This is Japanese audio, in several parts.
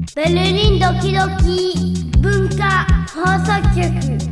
ベルリンドキドキ文化放送局。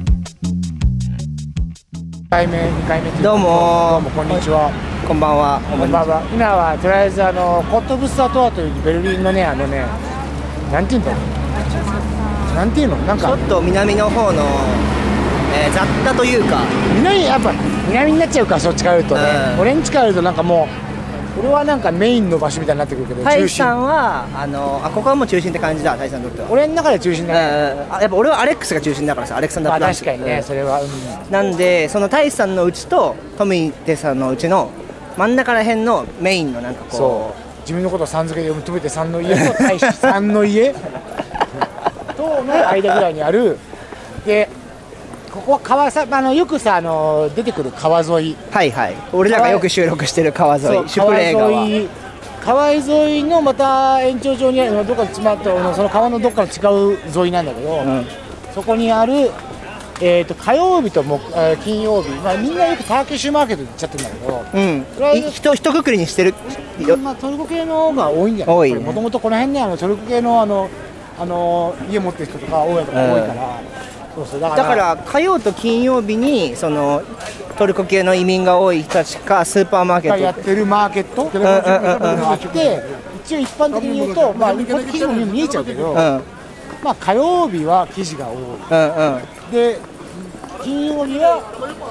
2回目どうもこんにちは。 こんばんは。 こんばんは。今はとりあえずコットブスタトアというベルリンのねなんていうのなんかちょっと南の方の、雑多というかやっぱ南になっちゃうからそっちから言うとね、俺んちから言うとなんかもう俺はなんかメインの場所みたいになってくるけど、 タイさんはここはもう中心って感じだ。タイさんにとっては俺の中で中心だね。 やっぱ俺はアレックスが中心だからさ、アレクサンダープランス。 確かにね、それは、 なんでそのタイさんのうちとトミテさんのうちの真ん中ら辺のメインのなんかこう、 そう自分のことをさん付けでトミテさんの家と大使さんの家との間ぐらいにある。でここは川さ、よくさ出てくる川沿い、 はいはい、俺らがよく収録してる川沿い、シュプレー川沿いのまた延長上にあるどっかのその川のどっかの違う沿いなんだけど、そこにある、火曜日と金曜日、みんなよくターキッシュマーケットで行っちゃってるんだけど、 一括りにしてる。 トルコ系の方が多いんじゃない。 多いね。 もともとこの辺ねトルコ系の家持ってる人とか大家とか多いから、だから火曜と金曜日にそのトルコ系の移民が多い人たちかスーパーマーケットやってるマーケットがあって、一応一般的に言うと記事も見えちゃうけど、火曜日は生地が多い、で金曜日は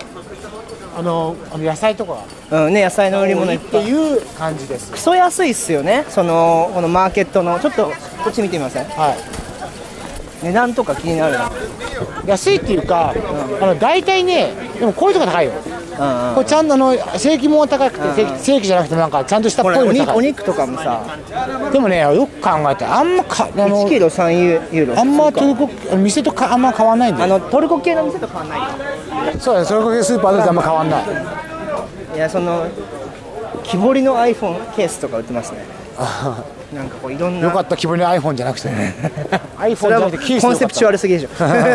野菜とか野菜の売り物っていう感じです。 クソ安いっすよね。このマーケットのちょっとこっち見てみません？はい。値段とか気になるな。 安いっていうか、大体ね、でもこういうとこ高いよ。これちゃんと正規も高くて、正規じゃなくてなんかちゃんとしたっぽいの高い。 お肉とかもさ、 でもねよく考えてあんま 1キロ3ユーロ。 あんまトルコ店とあんま変わんないんだよ。 トルコ系の店と変わんないか。 そうだね、トルコ系スーパーだとあんま変わんない。 いや木彫りの iPhone ケースとか売ってますね。なんかこういろんな。 よかった、木彫りの iPhone じゃなくてね。iPhone じゃなくてケース。 コンセプチュアルすぎでしょ。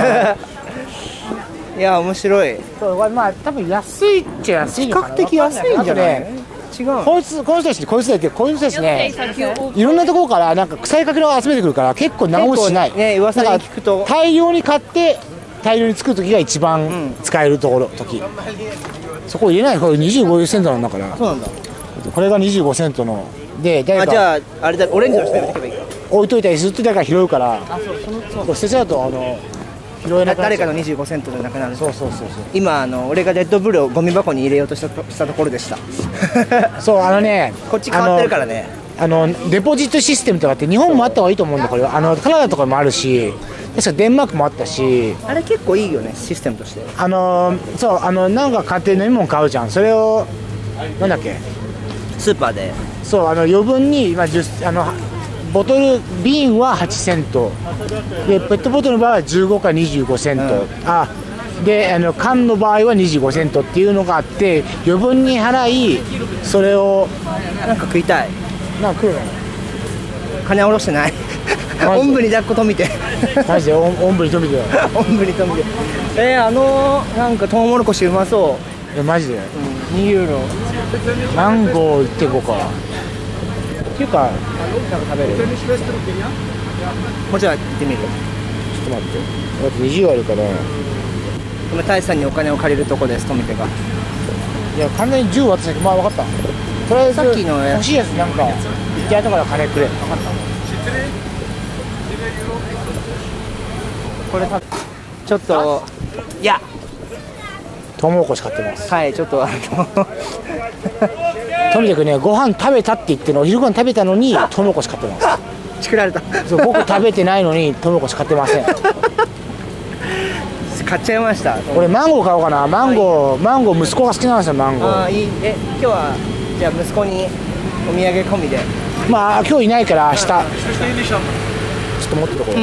いや面白い。 そう多分安いっちゃ安いのかな。 比較的安いんじゃない？違う。この人たちね、いろんなところからなんか腐りかけを集めてくるから結構長持ちしない。 ね、噂に聞くと大量に買って大量に作る時が一番使える時。そこ入れない。これ25セントなんだから。 そうなんだ。 これが25セントので、 じゃああれだ、オレンジの下に置いとけばいいか。 置いといたりするとだから拾うから。捨てちゃうと拾えなくなっちゃう。 誰かの25セントでなくなる。 そう。 今俺がレッドブルをゴミ箱に入れようとしたところでした。 そうこっち変わってるからね。 デポジットシステムとかって日本もあった方がいいと思うんだ。これカナダとかもあるし、確かデンマークもあったし、 あれ結構いいよね、システムとして。 そうなんか家庭の飲み物買うじゃん。それをなんだっけ、 スーパーでそう余分にボトル瓶は8セントで、ペットボトルの場合は15か25セント、で缶の場合は25セントっていうのがあって、余分に払い、それをなんか食いたい。 なんか食うの？ 金下ろしてない。おんぶに抱っことみて。 マジでおんぶにとみてよ。 おんぶにとみて。なんかトウモロコシうまそう。 マジで、 2ユーロ。 マンゴー行ってこうか。っていうか、なんか食べる。 もうちょい行ってみる。 ちょっと待って。だって20あるから。 今タイさんにお金を借りるとこです、とみてが。 いや、完全に10渡したけど、分かった。とりあえずさっきの欲しいやつなんか一回後から金くれ。分かった。 これちょっといやトウモロコシ買ってます。 はい、ちょっととにかくね、ご飯食べたって言ってお昼ご飯食べたのにトウモロコシ買ってます。 チクられた。 そう、僕食べてないのにトウモロコシ買ってません。 買っちゃいました。 俺マンゴー買おうかな。マンゴー息子が好きなんですよ。マンゴー。 いい。今日はじゃあ息子にお土産込みで。 今日いないから明日。ちょっと持ってとこう。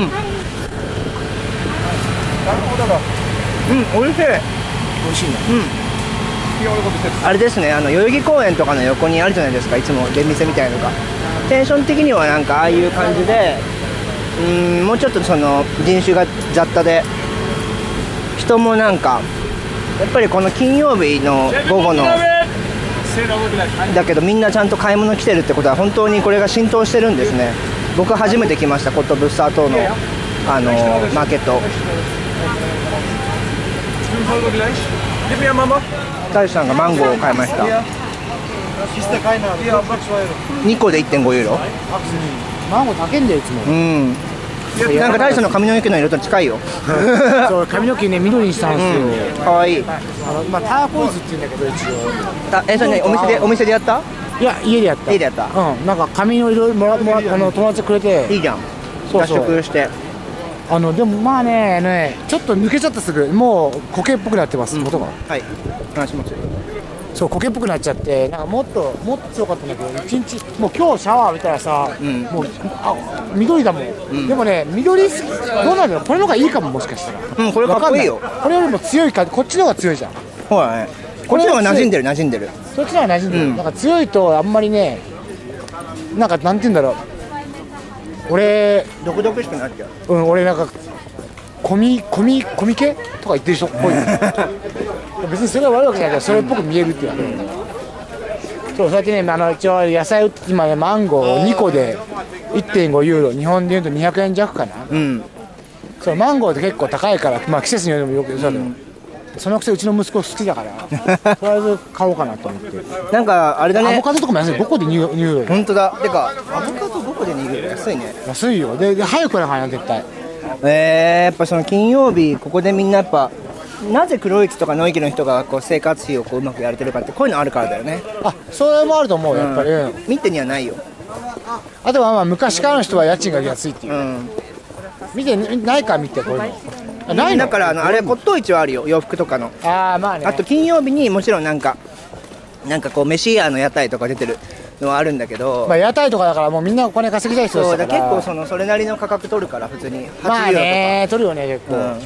美味しい。 美味しいな。 あれですね、代々木公園とかの横にあるじゃないですか、いつも出店みたいなのが。テンション的にはなんかああいう感じで、もうちょっと人種が雑多で、人もなんかやっぱりこの金曜日の午後のだけどみんなちゃんと買い物来てるってことは本当にこれが浸透してるんですね。 僕初めて来ました、コットブッサー島のマーケット。大志さんがマンゴーを買いました。2個で 1.5 ユーロ。 マンゴー高いんだよいつも。 うん。なんか大志さんの髪の毛の色と近いよ。 そう髪の毛ね緑にしたんですよ。 かわいい。 まあターコイズって言うんだけど一応。 それねお店でやった？ いや家でやった。 家でやった。 うんなんか髪の色もら友達くれて。 いいじゃん。 そうそう。 脱色して。 でもまあねちょっと抜けちゃったすぐもう苔っぽくなってます、音が。 はい話しますよ。 そう苔っぽくなっちゃってなんかもっと強かったんだけど一日もう今日シャワー浴びたらさ、もう緑だもん、でもね緑どうなんだろうこれの方がいいかももしかしたら。 これかっこいいよ。 これよりも強いかこっちの方が強いじゃん。 ほらねこっちの方が馴染んでるそっちの方が馴染んでる、なんか強いとあんまりねなんかなんて言うんだろう俺独々しくなっちゃう。 俺なんかコミケとか言ってる人っぽい別にそれは悪いわけじゃないけどそれっぽく見えるっていうわけ、そうやってね一応野菜今ねマンゴー2個で 1.5 ユーロ日本でいうと200円弱かな、そうマンゴーって結構高いから、まあ、季節によってもよくそうだけど、そのくせうちの息子好きだからとりあえず買おうかなと思ってなんかあれだねアボカドとかも安い5個で2ユーロ。 本当だ。てかアボカド5個で2ユーロ安いね。 安いよ。で早く来なかった絶対。 やっぱその金曜日ここでみんなやっぱなぜ黒市とか野池の人がこう生活費をこううまくやれてるかってこういうのあるからだよね。 それもあると思うやっぱり、 見てにはないよ。 あとはまあ昔からの人は家賃が安いっていう、見てないか見てこういうのないの。 だからあれ骨董市はあるよ洋服とかの。 まあね。 あと金曜日にもちろんなんかこう飯屋の屋台とか出てるのはあるんだけど、 まあ屋台とかだからもうみんなお金稼ぎたい人だから結構それなりの価格取るから普通に8ユーロとか。 まあね取るよね結構、 だ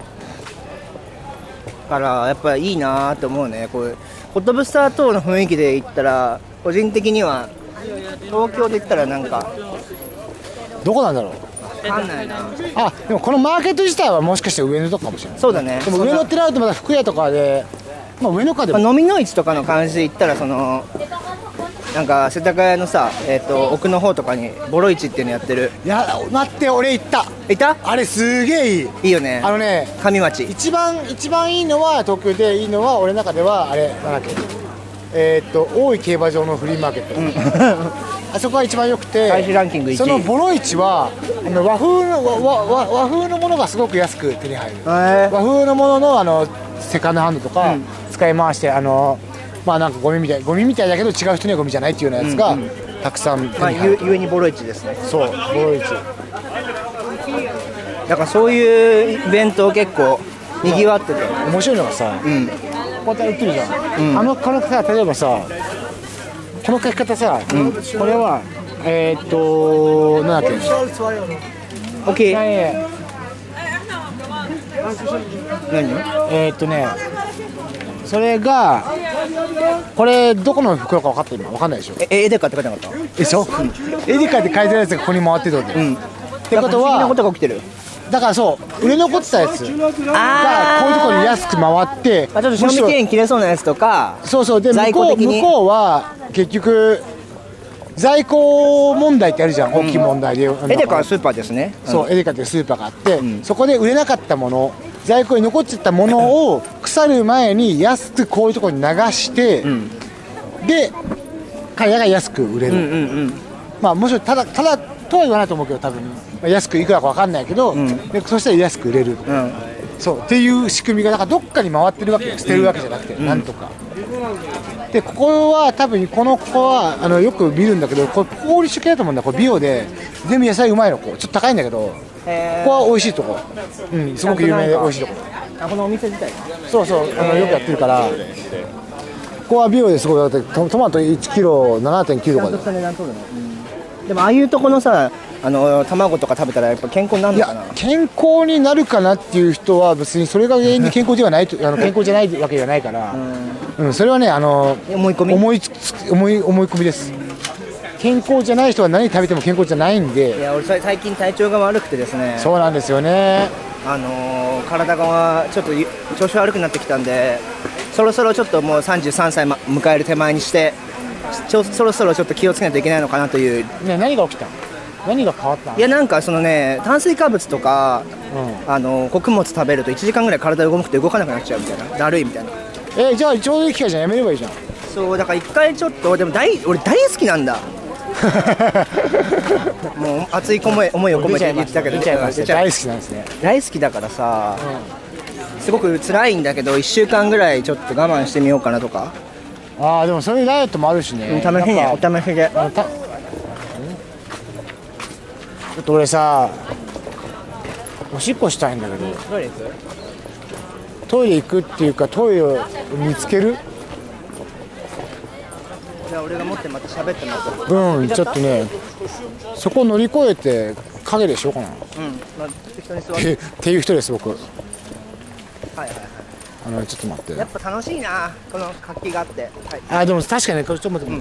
からやっぱいいなと思うね。こういうホットブスター等の雰囲気で言ったら個人的には東京で言ったらなんかどこなんだろう分かんないな。 でもこのマーケット自体はもしかして上野とかかもしれない。 そうだね。 でも上野ってなるとまた服屋とかで、まあ、上野かでも、 飲みの市とかの感じで言ったらなんか世田谷のさ、奥の方とかにボロ市っていうのやってる。 いや待って俺行った。あれすげえいい。 いいよね。上町一番いいのは東京でいいのは俺の中ではあれなんだっけ大井競馬場のフリーマーケット、あそこが一番良くて大使ランキング1位。 そのボロ市は和風のものがすごく安く手に入る、和風のもののセカンドハンドとか使い回してまあなんかゴミみたいだけど違う人にはゴミじゃないっていうようなやつがたくさん手に入る、 ゆえにボロ市ですね。 そうボロ市だからそういうイベント結構にぎわってて面白いのがさ、こうやって売ってるじゃん、このさ例えばさこの書き方さ、これはなんだっけ OK 何それがこれどこの袋か分かって今分かんないでしょ。 エデカって書いてなかったでしょ、エデカって書いてるやつがここに回ってるってこと、ってことは不思議なことが起きてる。 だからそう売れ残ってたやつがこういうところに安く回ってちょっと賞味期限切れそうなやつとかそうで向こうは結局在庫問題ってあるじゃん、大きい問題で。 エデカはスーパーですね。 そうエデカっていうスーパーがあって、そこで売れなかったもの在庫に残っちゃったものを腐る前に安くこういうところに流して、で彼らが安く売れる、まあもちろんただとは言わないと思うけど多分安くいくらか分かんないけど、でそしたら安く売れる、そうっていう仕組みがだからどっかに回ってるわけよ、捨てるわけじゃなくて、なんとかでここは多分ここはよく見るんだけど、これポーリッシュ系だと思うんだ。これ美容で全部野菜うまいの、ちょっと高いんだけど、ここは美味しいとこ、すごく有名で美味しいとこ。 このお店自体そうよくやってるから、ここは美容ですごい。だってトマト1キロ 7.9 とかで、 でもああいうとこのさ卵とか食べたらやっぱ健康になるのかな。 健康になるかなっていう人は別にそれが原因で健康ではない健康じゃないわけじゃないから、それはね思い込みです。健康じゃない人は何食べても健康じゃないんで。 いや俺最近体調が悪くてですね。 そうなんですよね。 体がちょっと調子悪くなってきたんで、そろそろちょっともう33歳迎える手前にしてそろそろちょっと気をつけないといけないのかなという。 ね、何が起きた？ 何が変わったの？ いやなんかそのね、炭水化物とか、穀物食べると1時間ぐらい体動くて動かなくなっちゃうみたいな、だるいみたいな。 じゃあちょうどいい機会じゃん、やめればいいじゃん。 そうだから一回ちょっと、でも俺大好きなんだもう熱い思いを込めて言ってたけど、 出ちゃいました。大好きなんですね。 大好きだからさ、すごく辛いんだけど1週間ぐらいちょっと我慢してみようかなとか。 ああ、でもそういうダイエットもあるしね。 試しにお試しで。 ちょっと俺さ、おしっこしたいんだけど、トイレ行くっていうか、トイレを見つける。 じゃあ俺が持ってまた喋ってもらう。ちょっとね、そこを乗り越えて影でしようかな。 まあ、適当に座ってっていう人です僕。 はいはいはい。 ちょっと待って。 やっぱ楽しいな、この活気があって。はい、 でも確かにね、これちょっと待って、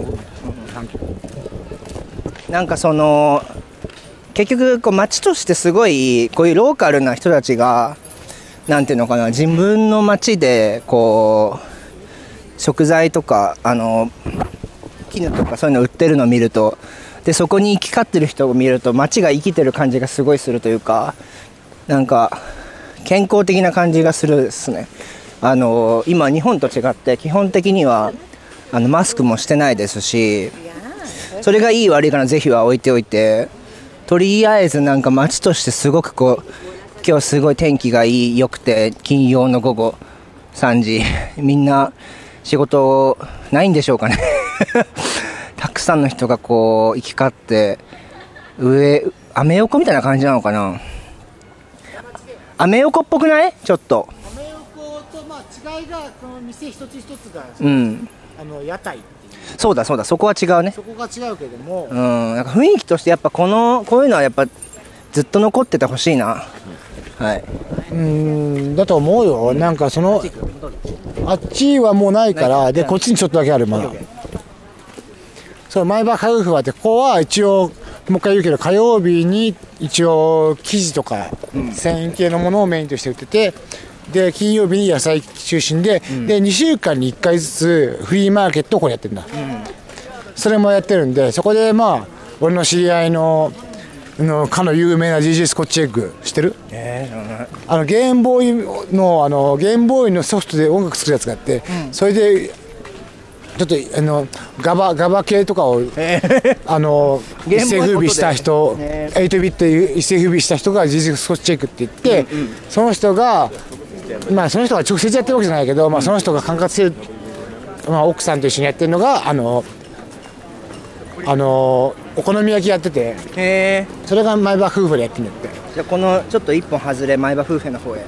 なんかその結局こう街としてすごいこういうローカルな人たちがなんていうのかな、自分の街でこう食材とか絹とかそういうの売ってるのを見ると、でそこに行き交ってる人を見ると街が生きてる感じがすごいするというか、なんか健康的な感じがするですね。今日本と違って基本的にはマスクもしてないですし、それがいい悪いかな是非は置いておいて、とりあえずなんか街としてすごくこう今日すごい天気が良くて、金曜の午後3時みんな仕事ないんでしょうかねたくさんの人がこう行き交って、アメ横みたいな感じなのかな。アメ横っぽくない？ちょっとアメ横と違いが、この店一つ一つが、屋台っていう。 そうだそこは違うね。 そこが違うけども、 なんか雰囲気としてやっぱこういうのはやっぱずっと残っててほしいな。はい。 だと思うよ。なんかあっちはもうないから、でこっちにちょっとだけあるまだ。そう、前歯カウフはってここは一応もう一回言うけど、火曜日に一応生地とか繊維系のものをメインとして売ってて、で金曜日に野菜中心で、で2週間に1回ずつフリーマーケットをこれやってるんだ。それもやってるんで、そこで俺の知り合いのかの有名な DJ スコッチエッグ知ってる？ゲームボーイのソフトで音楽作るやつがあって、それでちょっとガバ系とかを一世風靡した人、8ビット一世風靡した人が DJ スコッチエッグって言って、その人がその人が直接やってるわけじゃないけど、その人が管轄してる、奥さんと一緒にやってるのがお好み焼きやってて、それが前歯夫婦でやってるんだって。 じゃあこのちょっと一本外れ前歯夫婦の方へ。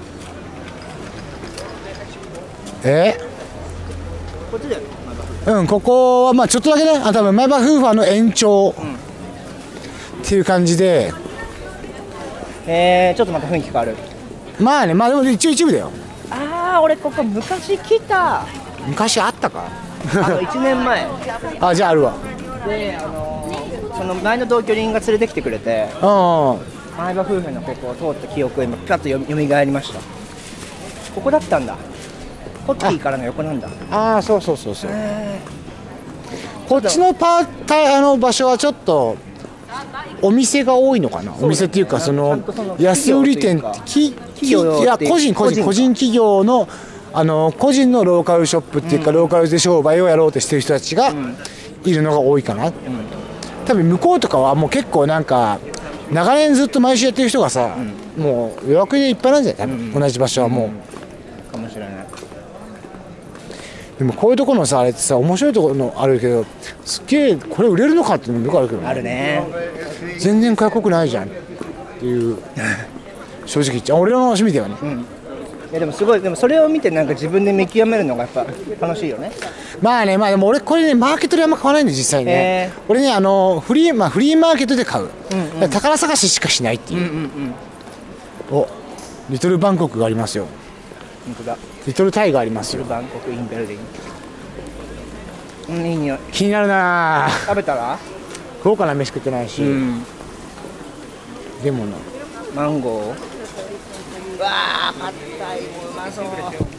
こっちだよね、前歯夫婦。 ここはちょっとだけね、多分前歯夫婦は延長っていう感じで、 ちょっとまた雰囲気変わる。 でも一部だよ。 俺ここ昔来た。 昔あったか 1年前。 じゃああるわ。 でその前の同居人が連れてきてくれて、前歯夫婦のここを通った記憶が今ピャッとよみがえりました。ここだったんだ。ホッティからの横なんだ。 そうこっちの場所はちょっとお店が多いのかな。お店っていうか安売り店、個人企業の個人のローカルショップっていうか、ローカルで商売をやろうとしてる人たちがいるのが多いかな。多分向こうとかはもう結構なんか長年ずっと毎週やってる人がさ、もう予約でいっぱいなんじゃない？多分同じ場所はもう。 かもしれない。 でもこういうところのさ、あれってさ、面白いところのあるけど、すっげえこれ売れるのかっていうのもよくあるけどね。 あるね。 全然かっこよくないじゃんっていう正直言っちゃう。俺の趣味だよね。 いやでもすごい、でもそれを見てなんか自分で見極めるのがやっぱ楽しいよね。 でも俺これね、マーケットであんま買わないんで実際ね。俺ねフリーマーケットで買う。宝探ししかしないっていう。リトルバンコクがありますよ。 本当だ。 リトルタイがありますよ。 バンコクインベルディング。いい匂い。 気になるな。 食べたら？ 豪華な飯食ってないし。でもな。 マンゴー。パッタイもうまそう。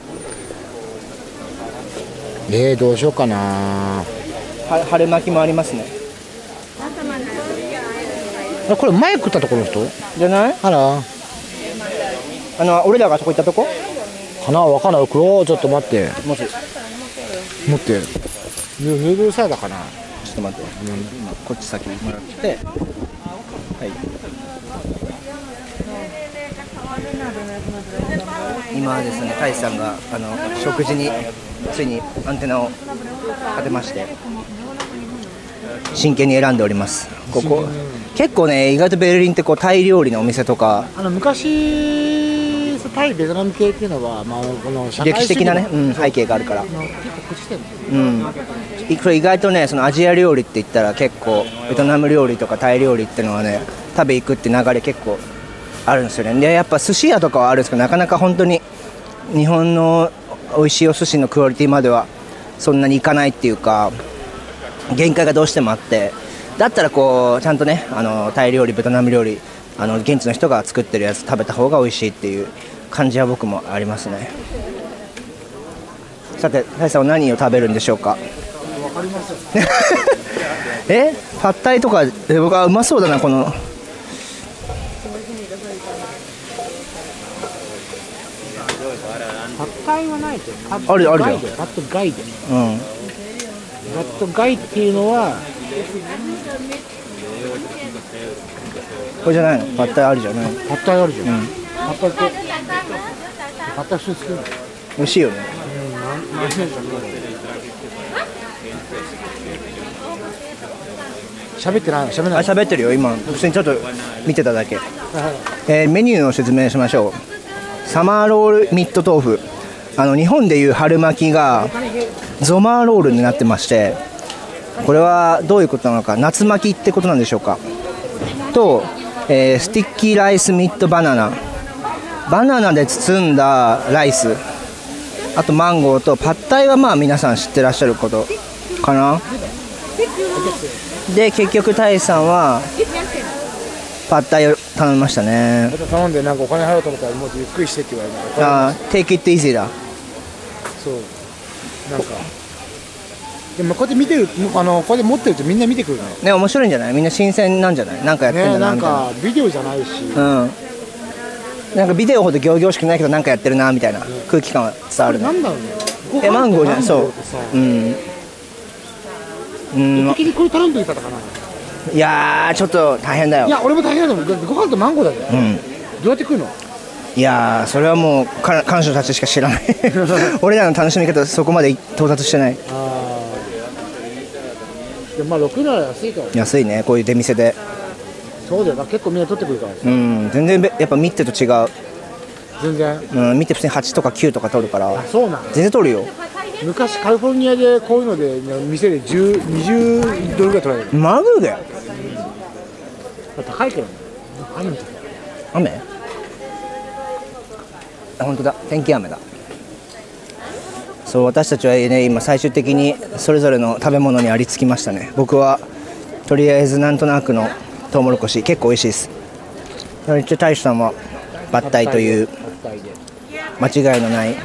どうしようかな。 春巻きもありますね。 あ、これ前食ったところの人じゃない？ あら俺らがそこ行ったとこかな、わかんない。黒、ちょっと待って、 もし持ってヌードルサラダかな。 ちょっと待って、今こっち先もらって、はい、今ですね、大志さんが食事についにアンテナを当てまして真剣に選んでおります。ここ結構ね、意外とベルリンってこうタイ料理のお店とか昔タイベトナム系っていうのは、まあ、この社会主義歴史的なね、背景があるから、 結構朽ちてるこれ意外とね、そのアジア料理って言ったら結構ベトナム料理とかタイ料理っていうのはね、食べ行くって流れ結構あるんですよね。でやっぱ寿司屋とかはあるんですけど、なかなか本当に日本の美味しいお寿司のクオリティまではそんなにいかないっていうか、限界がどうしてもあって、だったらこうちゃんとね、タイ料理ベトナム料理現地の人が作ってるやつ食べた方が美味しいっていう感じは僕もありますね。さて、大さんは何を食べるんでしょうか。わかりますパッタイとか僕はうまそうだな、このパッタイはないと。 あるじゃん。 パットガイで、パットガイっていうのはこれじゃないの？パッタイあるじゃない？ パッタイあるじゃん、パッタイってパッタイ普通に作るの美味しいよね。 喋ってない？ 喋ってるよ、今普通にちょっと見てただけ。メニューの説明しましょう。サマーロールミット豆腐、日本でいう春巻きがゾマーロールになってまして、これはどういうことなのか、夏巻きってことなんでしょうか。と、スティッキーライスミットバナナで包んだライス、あとマンゴーとパッタイはまあ皆さん知ってらっしゃることかな。で結局タイさんはパッタイを頼みましたね。 頼んでなんかお金払おうと思ったらもうゆっくりしてって言われた。 Take it easy だ。 そうなんかでもこうやって見てる、こうやって持ってるとみんな見てくるね。面白いんじゃない？みんな新鮮なんじゃない？なんかやってるんだなみたいな。 なんかビデオじゃないし、 なんかビデオほど仰々しくないけどなんかやってるなみたいな空気感は伝わるね。 なんだろうね。 マンゴーじゃん。そう。 時にこれ頼んでいたかな。 いやーちょっと大変だよ。 いや俺も大変だと思う。ご飯とマンゴーだぜ。どうやって食うの？ いやーそれはもう彼女たちしか知らない俺らの楽しみ方そこまで到達してない。 でまあ6なら安いから、ね、 安いね、こういう出店で。 そうだよな、結構みんな取ってくるからさ。 全然やっぱ見てと違う。 全然、 見て普通に8とか9とか取るから。 そうなん全然取るよ。 昔カリフォルニアでこういうので店で20ドルぐらい取られる。 マグだよ。 高いけどね。 雨？本当だ、天気雨だ。そう、私たちはね今最終的にそれぞれの食べ物にありつきましたね。僕はとりあえずなんとなくのトウモロコシ結構美味しいです。一応大使さんはバッタイという間違いのない。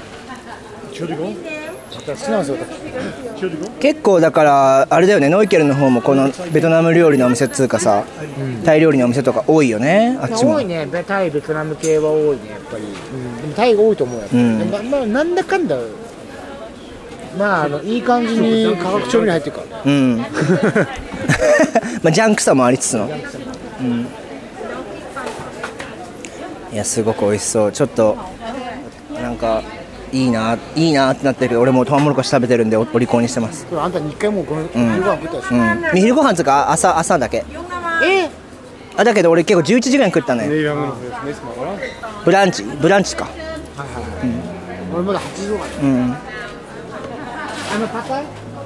結構だからあれだよね、ノイケルの方もこのベトナム料理のお店っつうかさ、タイ料理のお店とか多いよね。あっちも多いね。タイベトナム系は多いねやっぱり、でもタイが多いと思うよ、まあなんだかんだまあいい感じに化学調味料入ってるからね。 まあジャンクさもありつつの、いやすごく美味しそう。ちょっとなんかいいなってなってるけど、俺もトウモロコシ食べてるんでお利口にしてます。 あんた2回もこの昼ご飯食ったし、 昼ご飯つうか朝だけ。だけど俺結構11時ぐらいに食ったね。ブランチか。 俺まだ8時ぐらい。パパイ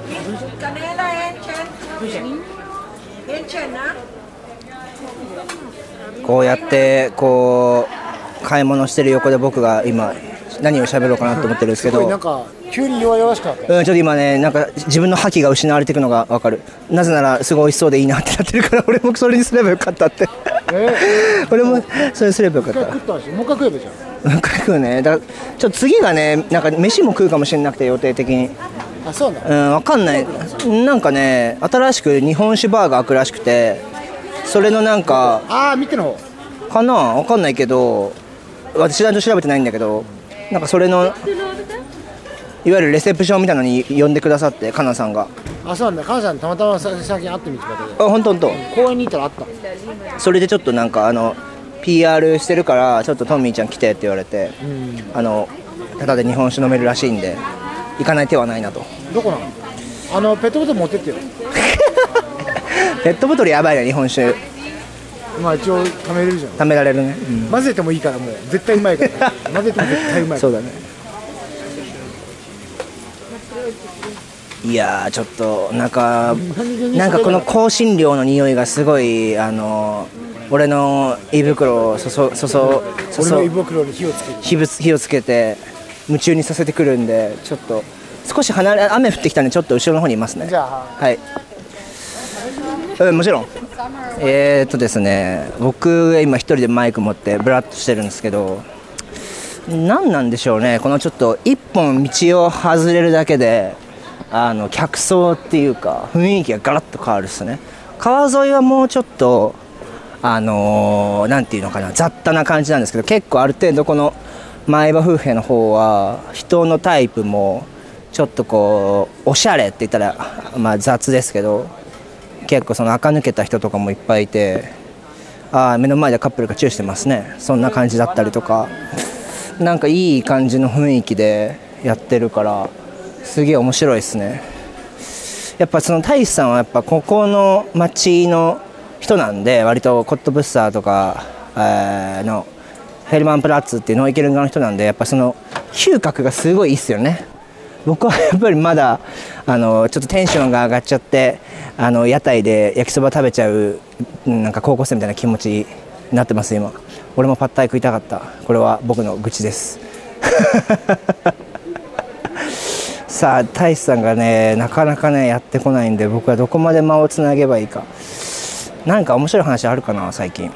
こうやってこう買い物してる横で僕が今何を喋ろうかなと思ってるんですけど、 なんか急に弱々しくなった。 ちょっと今ねなんか自分の覇気が失われていくのが分かる。なぜならすごい美味しそうでいいなってなってるから、俺もそれにすればよかったって俺もそれすればよかった。 もう一回食えばいいじゃん。 もう一回食うね。だからちょっと次がねなんか飯も食うかもしれなくて予定的に。 あ、そうなの。 分かんない。なんかね新しく日本酒バーが開くらしくて、 それのなんかああ見ての方かな、わかんないけど、私ちゃんと調べてないんだけど、なんかそれのいわゆるレセプションみたいなのに呼んでくださって、かなさんが。 あ、そうなんだ。母さんたまたま最近会ってみてくれたけど、 あ、ほんと公園に行ったらあった。 それでちょっとなんかPR してるからちょっとトミーちゃん来てって言われて、ただで日本酒飲めるらしいんで行かない手はないなと。 どこなの？ペットボトル持ってってよ。 ペットボトルやばいな、日本酒。 まあ一応貯めれるじゃん。 貯められるね、 混ぜてもいいから、もう絶対うまいから混ぜても絶対うまい。 そうだね。いやー、ちょっとなんかこの香辛料の匂いがすごい、俺の胃袋を俺の胃袋に火をつける。 火をつけて夢中にさせてくるんで、ちょっと少し雨降ってきたんでちょっと後ろの方にいますね。 じゃあはい、もちろん。ですね、僕が今一人でマイク持ってブラッとしてるんですけど、何なんでしょうね、このちょっと一本道を外れるだけで客層っていうか雰囲気がガラッと変わるっすね。川沿いはもうちょっとなんていうのかな、雑多な感じなんですけど、結構ある程度この前歯風景の方は人のタイプもちょっとこうおしゃれって言ったらまあ雑ですけど、結構その垢抜けた人とかもいっぱいいて、目の前でカップルがチューしてますね、そんな感じだったりとか、なんかいい感じの雰囲気でやってるからすげえ面白いですね。やっぱその大志さんはやっぱここの町の人なんで、割とコットブッサーとか、のヘルマンプラッツっていうノイケルン側の人なんで、やっぱその嗅覚がすごいいいっすよね。僕はやっぱりまだちょっとテンションが上がっちゃって屋台で焼きそば食べちゃうなんか高校生みたいな気持ちになってます今。俺もパッタイ食いたかった。これは僕の愚痴ですさあ大志さんがねなかなかねやってこないんで、僕はどこまで間をつなげばいいか。なんか面白い話あるかな最近。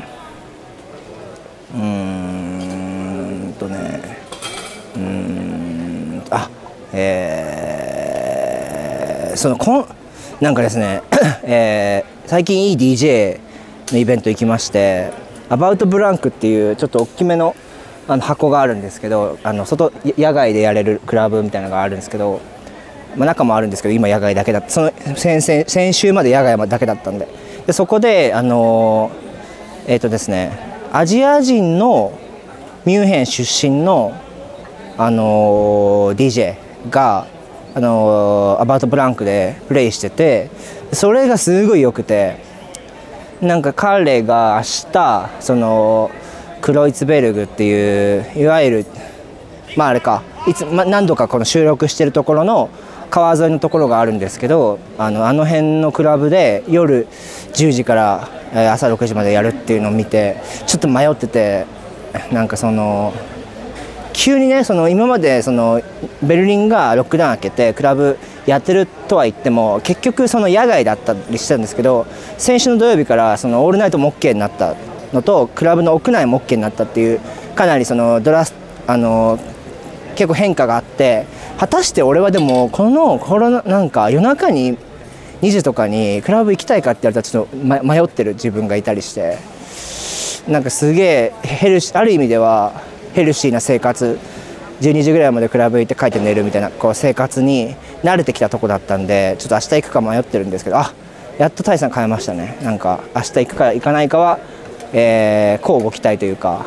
なんかですね、最近いい DJ のイベント行きまして、アバウトブランクっていうちょっと大きめの箱があるんですけど、野外でやれるクラブみたいなのがあるんですけど、中もあるんですけど今野外だけだった。その先週まで野外だけだったんで、そこでですね、アジア人のミュンヘン出身のDJ がアバウトブランクでプレイしてて、それがすごい良くて、なんか彼が明日そのクロイツベルグっていういわゆるあれか何度かこの収録してるところの川沿いのところがあるんですけど、あの辺のクラブで夜10時から朝6時までやるっていうのを見てちょっと迷ってて、なんかその急にね、その今までそのベルリンがロックダウン明けてクラブやってるとは言っても結局その野外だったりしたんですけど、先週の土曜日からそのオールナイトも OK になったのとクラブの屋内も OK になったっていう、かなりその結構変化があって、果たして俺はでもこのコロナなんか夜中に2時とかにクラブ行きたいかって言われたらちょっと迷ってる自分がいたりして、なんかすげえある意味ではヘルシーな生活、12時ぐらいまでクラブ行って帰って寝るみたいなこう生活に慣れてきたとこだったんで、ちょっと明日行くか迷ってるんですけど、やっとタイさん変えましたね。なんか明日行くか行かないかは乞うご期待というか、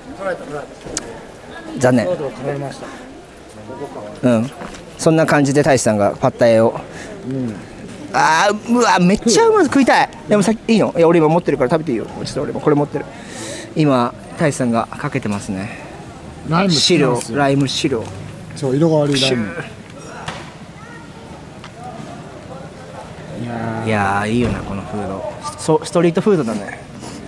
残念。そんな感じでタイさんがパッタイを、うわめっちゃうまく食いたい。でもさっきいいの？いや俺今持ってるから食べていいよ。ちょっと俺もこれ持ってる。今タイさんがかけてますね。ライム白。 そう、色が悪いライム。 いやーいいよなこのフード。ストリートフードだね。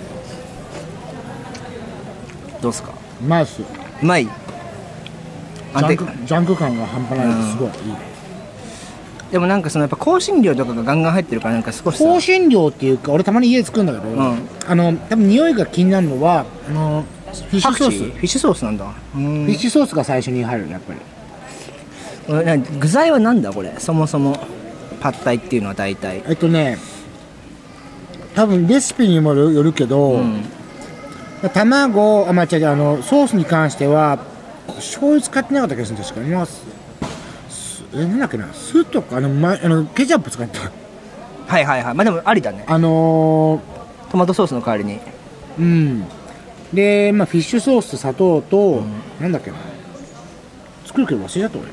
どうすか？ うまいっす。 うまい。 ジャンク感が半端ないです。すごいいい。 でもなんかそのやっぱ香辛料とかがガンガン入ってるからなんか少し香辛料っていうか、俺たまに家で作るんだけど、多分匂いが気になるのはフィッシュソース。 フィッシュソースなんだ。 フィッシュソースが最初に入るねやっぱり。 具材はなんだこれ、そもそもパッタイっていうのは大体多分レシピにもよるけど、卵、ソースに関しては醤油使ってなかった気がするんですけど、なんだっけな、酢とかケチャップ使ってた。 はいはいはい。まあでもありだね。トマトソースの代わりに。 で、フィッシュソースと砂糖と、なんだっけな、作るけど忘れちゃった俺。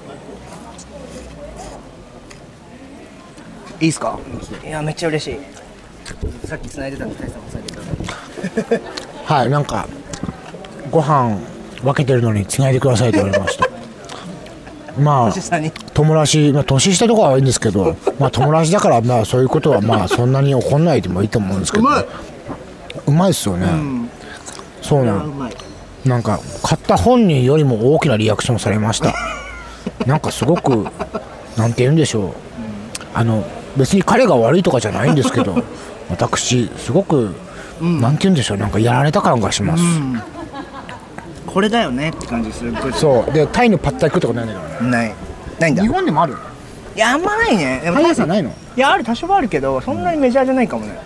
いいっすか？いや、めっちゃ嬉しい。さっき繋いでたんで、大さんも繋いでください。 はい、なんかご飯分けてるのに繋いでくださいと言われました。友達、年下とかはいいんですけど、友達だからそういうことはそんなに怒んないでもいいと思うんですけど、うまいっすよね。そうなんか買った本人よりも大きなリアクションされました。なんかすごくなんて言うんでしょう、別に彼が悪いとかじゃないんですけど、私すごくなんて言うんでしょう、なんかやられた感がします。 これだよねって感じする。 そうで、タイのパッタイ食ったことないんだからね。 ないんだ。 日本でもある？ いや、あんまないね。 タイ屋さんないの？ いや、ある、多少はあるけど、そんなにメジャーじゃないかもね。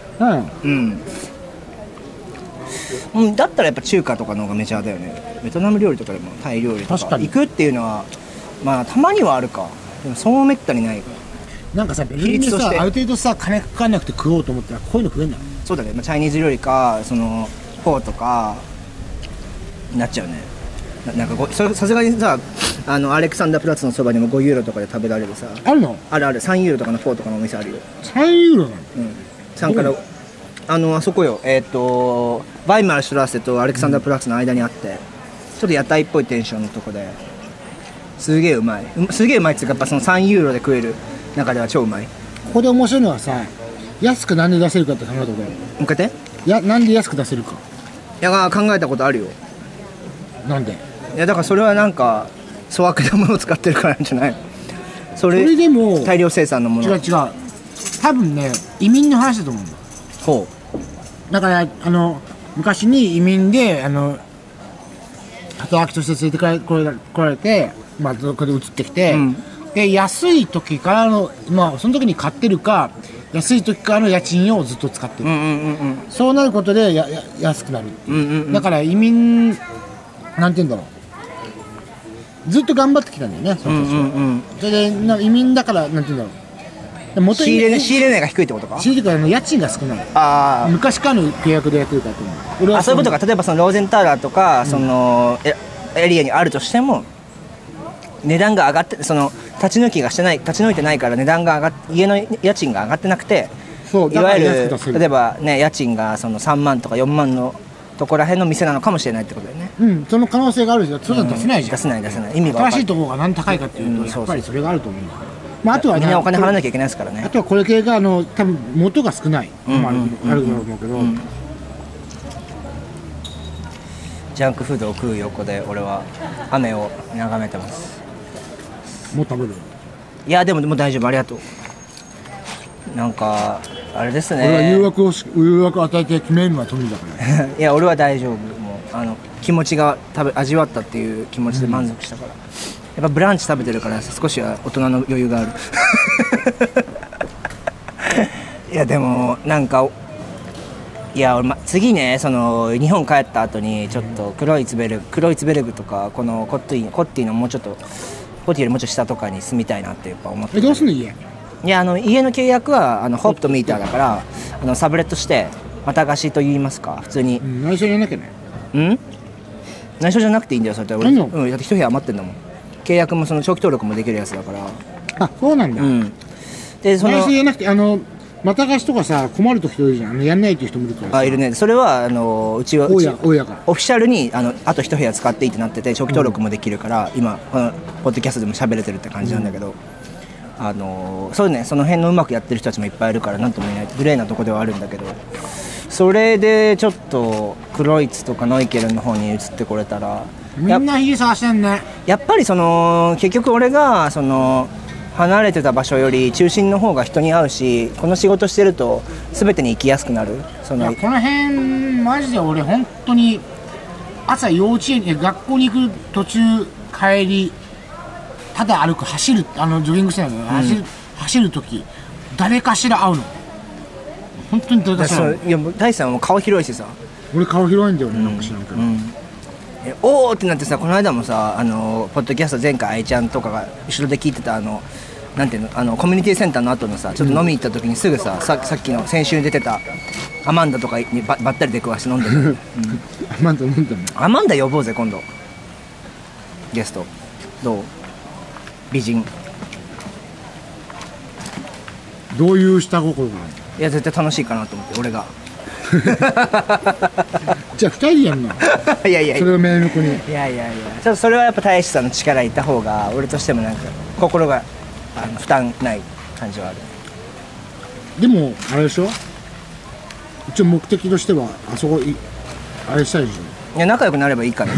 だったらやっぱ中華とかの方がメジャーだよね。ベトナム料理とかでもタイ料理とか行くっていうのはたまにはあるか。でもそうめったにない。 なんかさ、ベルリンでさ、ある程度さ、金かかんなくて食おうと思ったらこういうの増えんだよ。 そうだね、チャイニーズ料理かフォーとかになっちゃうね。なんかさすがにさ、アレクサンダープラッツのそばにも5ユーロとかで食べられるさ、 あるの？ ある3ユーロとかのフォーとかのお店あるよ。 3ユーロなの ？3からあそこよ、バイマルシュトラッセとアレクサンダープラッツの間にあって、ちょっと屋台っぽいテンションのとこで、すげえうまいっていうか、やっぱその3ユーロで食える中では超うまい。 ここで面白いのはさ、安くなんで出せるかって考えたことある？ もう一回言って。 なんで安く出せるか。 いや、考えたことあるよ。 なんで？ いや、だからそれはなんか粗悪なものを使ってるからなんじゃない？それでも大量生産のもの。 違う多分ね、移民の話だと思うんだ。 ほうだから昔に移民で働きとして連れて来られて、そこで移ってきて、で安い時からのその時に買ってるか、安い時からの家賃をずっと使ってる、そうなることで安くなるっていう、だから移民なんて言うんだろう、ずっと頑張ってきたんだよね、その人は。それで移民だからなんて言うんだろう、 仕入れ値が低いってことか。 仕入れ値が家賃が少ない。昔からの契約でやってるからと思う。 そういうことか。例えばそのローゼンターラーとか、そのエリアにあるとしても、値段が上がって、立ち退いてないから値段が家の家賃が上がってなくて、いわゆる例えばね、家賃がその3万とか4万のところらへんの店なのかもしれないってことだよね。 その可能性があるじゃん。それは出せないじゃん。 出せない意味が分かる。 新しいところが何高いかっていうと、やっぱりそれがあると思うんだ。あとはみんなお金払わなきゃいけないですからね。 あとはこれ系が多分元が少ないあると思うけど、 ジャンクフードを食う横で俺は雨を眺めてます。 もう食べる？ いや、でも大丈夫、ありがとう。なんかあれですね、 俺は誘惑を与えて決めるのは富だからいや、俺は大丈夫。もう気持ちが味わったっていう気持ちで満足したから、やっぱブランチ食べてるから少しは大人の余裕があるいや、でもなんか、いや俺、次ね、日本帰った後にちょっとクロイツベルグとか、このコッティのもうちょっとコッティよりもうちょっと下とかに住みたいなってやっぱ思って。 どうすんの家？ いや、家の契約はホップとミーターだからサブレットしてまた貸しと言いますか、普通に、 内緒じゃなきゃね。 内緒じゃなくていいんだよ、それって俺。だって一部屋余ってんだもん。契約も長期登録もできるやつだから。 あ、そうなんだ。 で、 内緒じゃなくてまた貸しとかさ、困る時いるじゃん。やんないっていう人もいるから。 いるね。それはうちは大家がオフィシャルにあと一部屋使っていいってなってて、長期登録もできるから、今このポッドキャストでも喋れてるって感じなんだけど、そうね、その辺のうまくやってる人たちもいっぱいいるからなんとも言えないグレーなとこではあるんだけど、それでちょっとクロイツとかノイケルンの方に移ってこれたら、 みんな家探してんね。 やっぱり結局俺が離れてた場所より中心の方が人に会うし、この仕事してると全てに行きやすくなる。 この辺マジで俺本当に朝幼稚園に学校に行く途中帰りただ歩く走るジョギングしてないの、走る時誰かしら会うの。 本当に大体さ、 いや大地さんはもう顔広いしさ、 俺顔広いんだよね、なんか知らんけど、 おーってなってさ、この間もさポッドキャスト前回愛ちゃんとかが後ろで聞いてたなんていうのコミュニティセンターの後のさちょっと飲みに行った時にすぐさ、さっきの先週出てたアマンダとかにばったり出くわして飲んでる、 アマンダ飲んだの。 アマンダ呼ぼうぜ今度ゲスト。どう美人。 どういう下心なの？ いや絶対楽しいかなと思って俺がじゃあ2人でやるの？ いやいやそれを名目に。 いやちょっとそれはやっぱ大志さんの力いった方が俺としてもなんか心が負担ない感じはある。 でもあれでしょ、一応目的としてはあそこあれしたいでしょ。 いや仲良くなればいいかな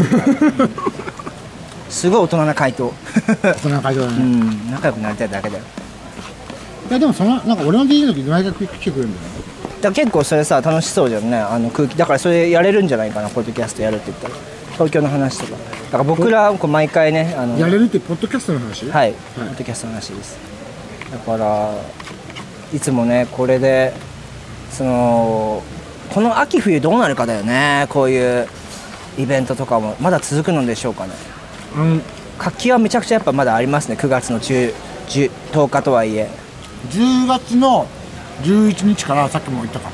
すごい大人な回答大人な会場だね。 仲良くなりたいだけだよ。 いやでもなんか俺の DJ の時毎回来てくれるんだよね。 だから結構それさ楽しそうじゃんね空気だからそれやれるんじゃないかなポッドキャストやるって言ったら東京の話とかだから僕らこう毎回ねやれるってポッドキャストの話？ はい、ポッドキャストの話です。だからいつもねこれでこの秋冬どうなるかだよね。こういうイベントとかもまだ続くのでしょうかね。活気はめちゃくちゃやっぱまだありますね。9月の10日とはいえ 10月の11日からさっきも言ったか、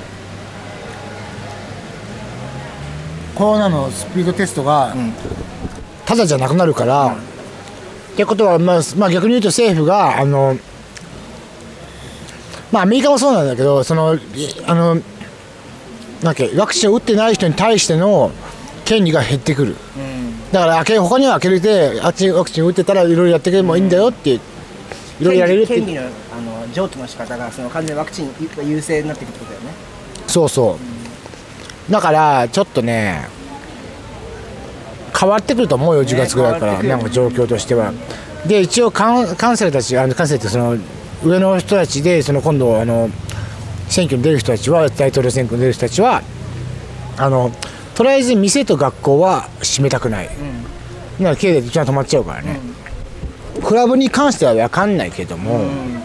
コロナのスピードテストがただじゃなくなるから、ってことは、まあ逆に言うと政府がアメリカもそうなんだけどなんだっけワクチンを打ってない人に対しての権利が減ってくる、だから他には開けてワクチン打ってたらいろいろやってくれもいいんだよっていろいろやれるって権利の譲渡の仕方が完全にワクチン優勢になっていくってことだよね。 そうだからちょっとね変わってくると思うよ10月ぐらいから、なんか状況としては。で一応カンセルたちカンセルって上の人たちで今度選挙に出る人たちは大統領選挙に出る人たちはとりあえず店と学校は閉めたくない、だから経済で一番止まっちゃうからね、クラブに関しては分かんないけども、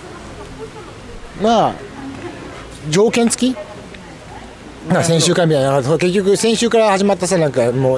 まあ条件付きなんか先週からみたいな結局先週から始まったさなんかもう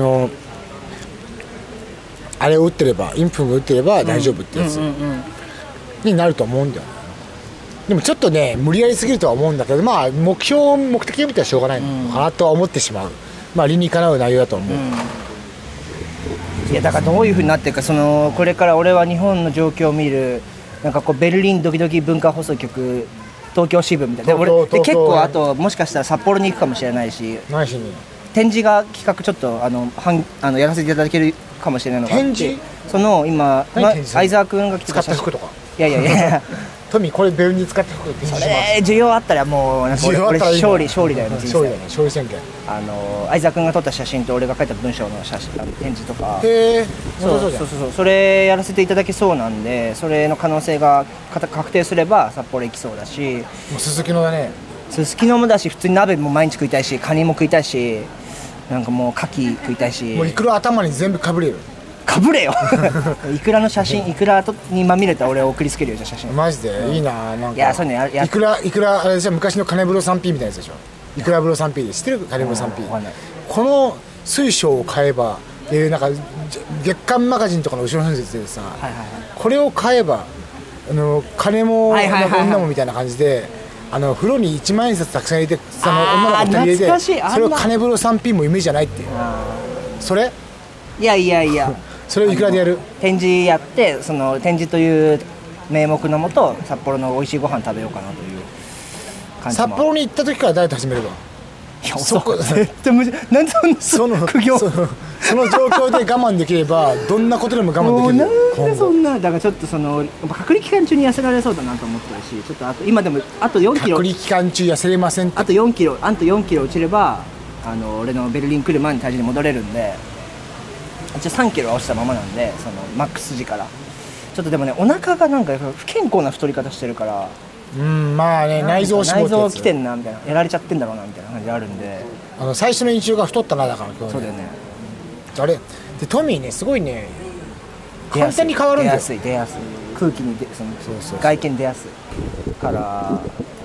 あれを打ってればインフルを打ってれば大丈夫ってやつになると思うんだよ。でもちょっとね無理やりすぎるとは思うんだけど、まあ目的を見たらしょうがないのかなとは思ってしまう。まあ理にかなう内容だと思う、 いやだからどういうふうになっていくかこれから俺は日本の状況を見るなんかこうベルリンドキドキ文化放送局東京支部みたいなで結構あともしかしたら札幌に行くかもしれないし展示が企画ちょっとやらせていただけるかもしれないのがあって、 展示今相沢君が来てた使った服とかいやトミーこれベルに使った服ってそれ需要あったらもうなんか俺勝利だよね。 勝利宣言。 相沢君が撮った写真と俺が書いた文章の展示とかへえそうそれやらせていただけそうなんでそれの可能性が確定すれば札幌行きそうだしもうすすきのだね。 すすきのもだし普通に鍋も毎日食いたいしカニも食いたいしなんかもう牡蠣食いたいしもうイクラ頭に全部かぶれるかぶれよイクラの写真イクラにまみれた俺を送りつけるよじゃ写真マジでいいな。なんかいやそういうのやイクラあれでしょ昔の金風呂 3P みたいなやつでしょ。イクラ風呂 3P で知ってる金風呂 3P。この水晶を買えばなんか月刊マガジンとかの後ろの方でさ、これを買えば金も女もみたいな感じで風呂に1万円札たくさん入れて女の子2人入れてそれを金風呂 3P も夢じゃないっていうそれいやそれをいくらでやる展示やって展示という名目のもと札幌の美味しいご飯食べようかなという感じ札幌に行った時からダイエット始めればいやそこ絶対無理なんでそんな苦行その状況で我慢できればどんなことでも我慢できるなんでそんなだからちょっと隔離期間中に痩せられそうだなと思ってるしちょっと今でもあと4キロ隔離期間中痩せれませんってあと4キロ落ちれば俺のベルリン来る前に体重に戻れるんで一応3キロは落ちたままなんでマックス時からちょっとでもねお腹がなんか不健康な太り方してるからまあね内臓脂肪内臓来てんなみたいなやられちゃってんだろうなみたいな感じがあるんで最初の印象が太ったなだから今日そうだよねあれでトミーねすごいね簡単に変わるんだよ出やすい空気にそう外見出やすいから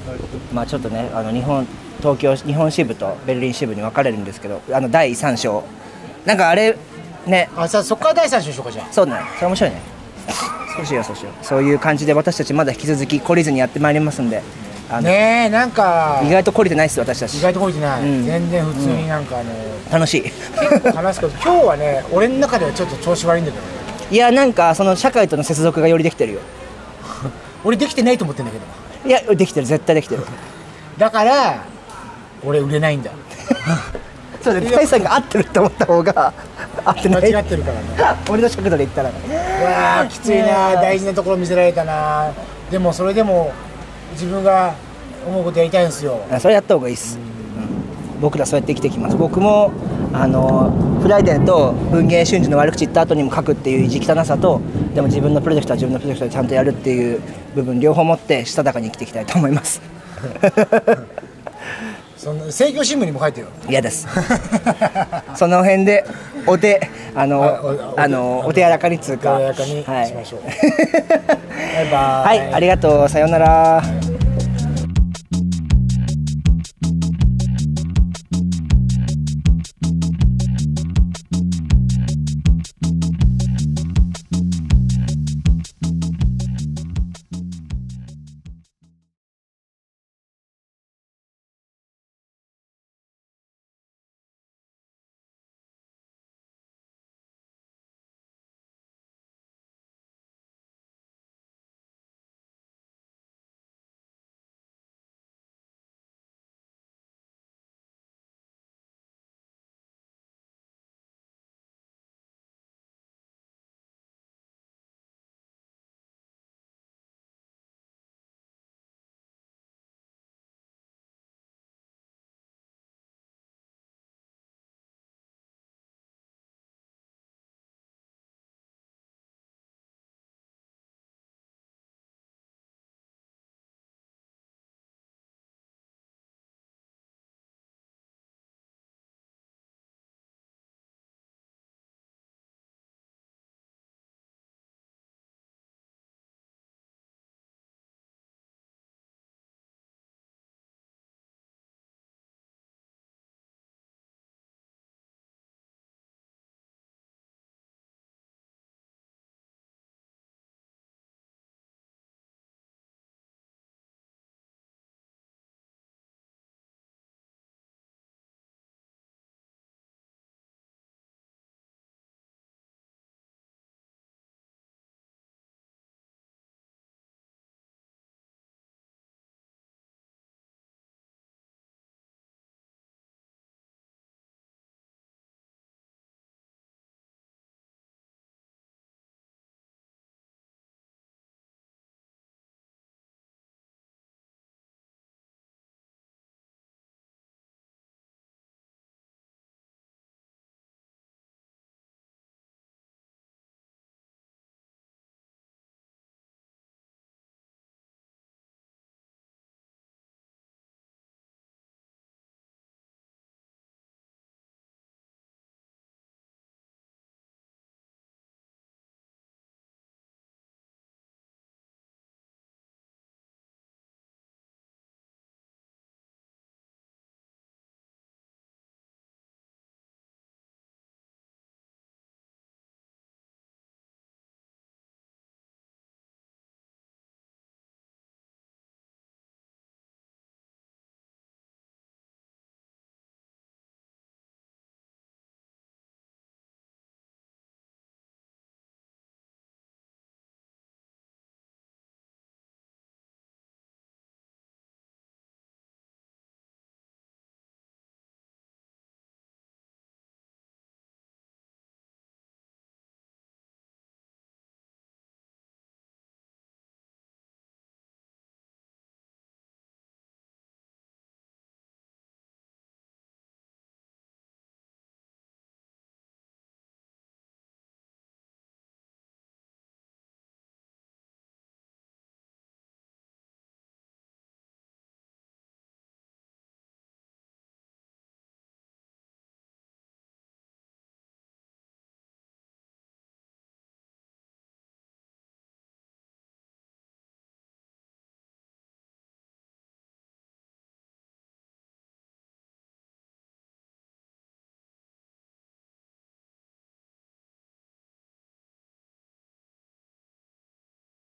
まあちょっとね東京日本支部とベルリン支部に分かれるんですけど、第3章なんかあれね、 さあそっから第3章しようか。じゃあそうね、それ面白いね。そうしよう。そういう感じで私たちまだ引き続き懲りずにやってまいりますんで、 ねえ、なんか意外と懲りてないです私たち。 意外と懲りてない、全然普通になんか楽しい。 結構話すけど今日はね俺の中ではちょっと調子悪いんだけどね。 いやなんかその社会との接続がよりできてるよ。 俺できてないと思ってんだけど。 いやできてる、絶対できてる。 だから俺売れないんだ。 そうね、大さんが合ってるって思った方が合ってない。 間違ってるからね。 俺の尺度で言ったら。 うわーきついな、大事なところ見せられたな。でもそれでも自分が思うことやりたいんですよ。 それやった方がいいです、僕らそうやって生きてきます。僕もフライデーと文芸春秋の悪口言った後にも書くっていう意地汚さと、でも自分のプロジェクトは自分のプロジェクトでちゃんとやるっていう部分両方持ってしたたかに生きていきたいと思います。 その政教新聞にも書いてよ。 嫌です。その辺でお手お手柔らかに通過。 お手柔らかにしましょう。バイバイ。 はい、ありがとう。さようなら。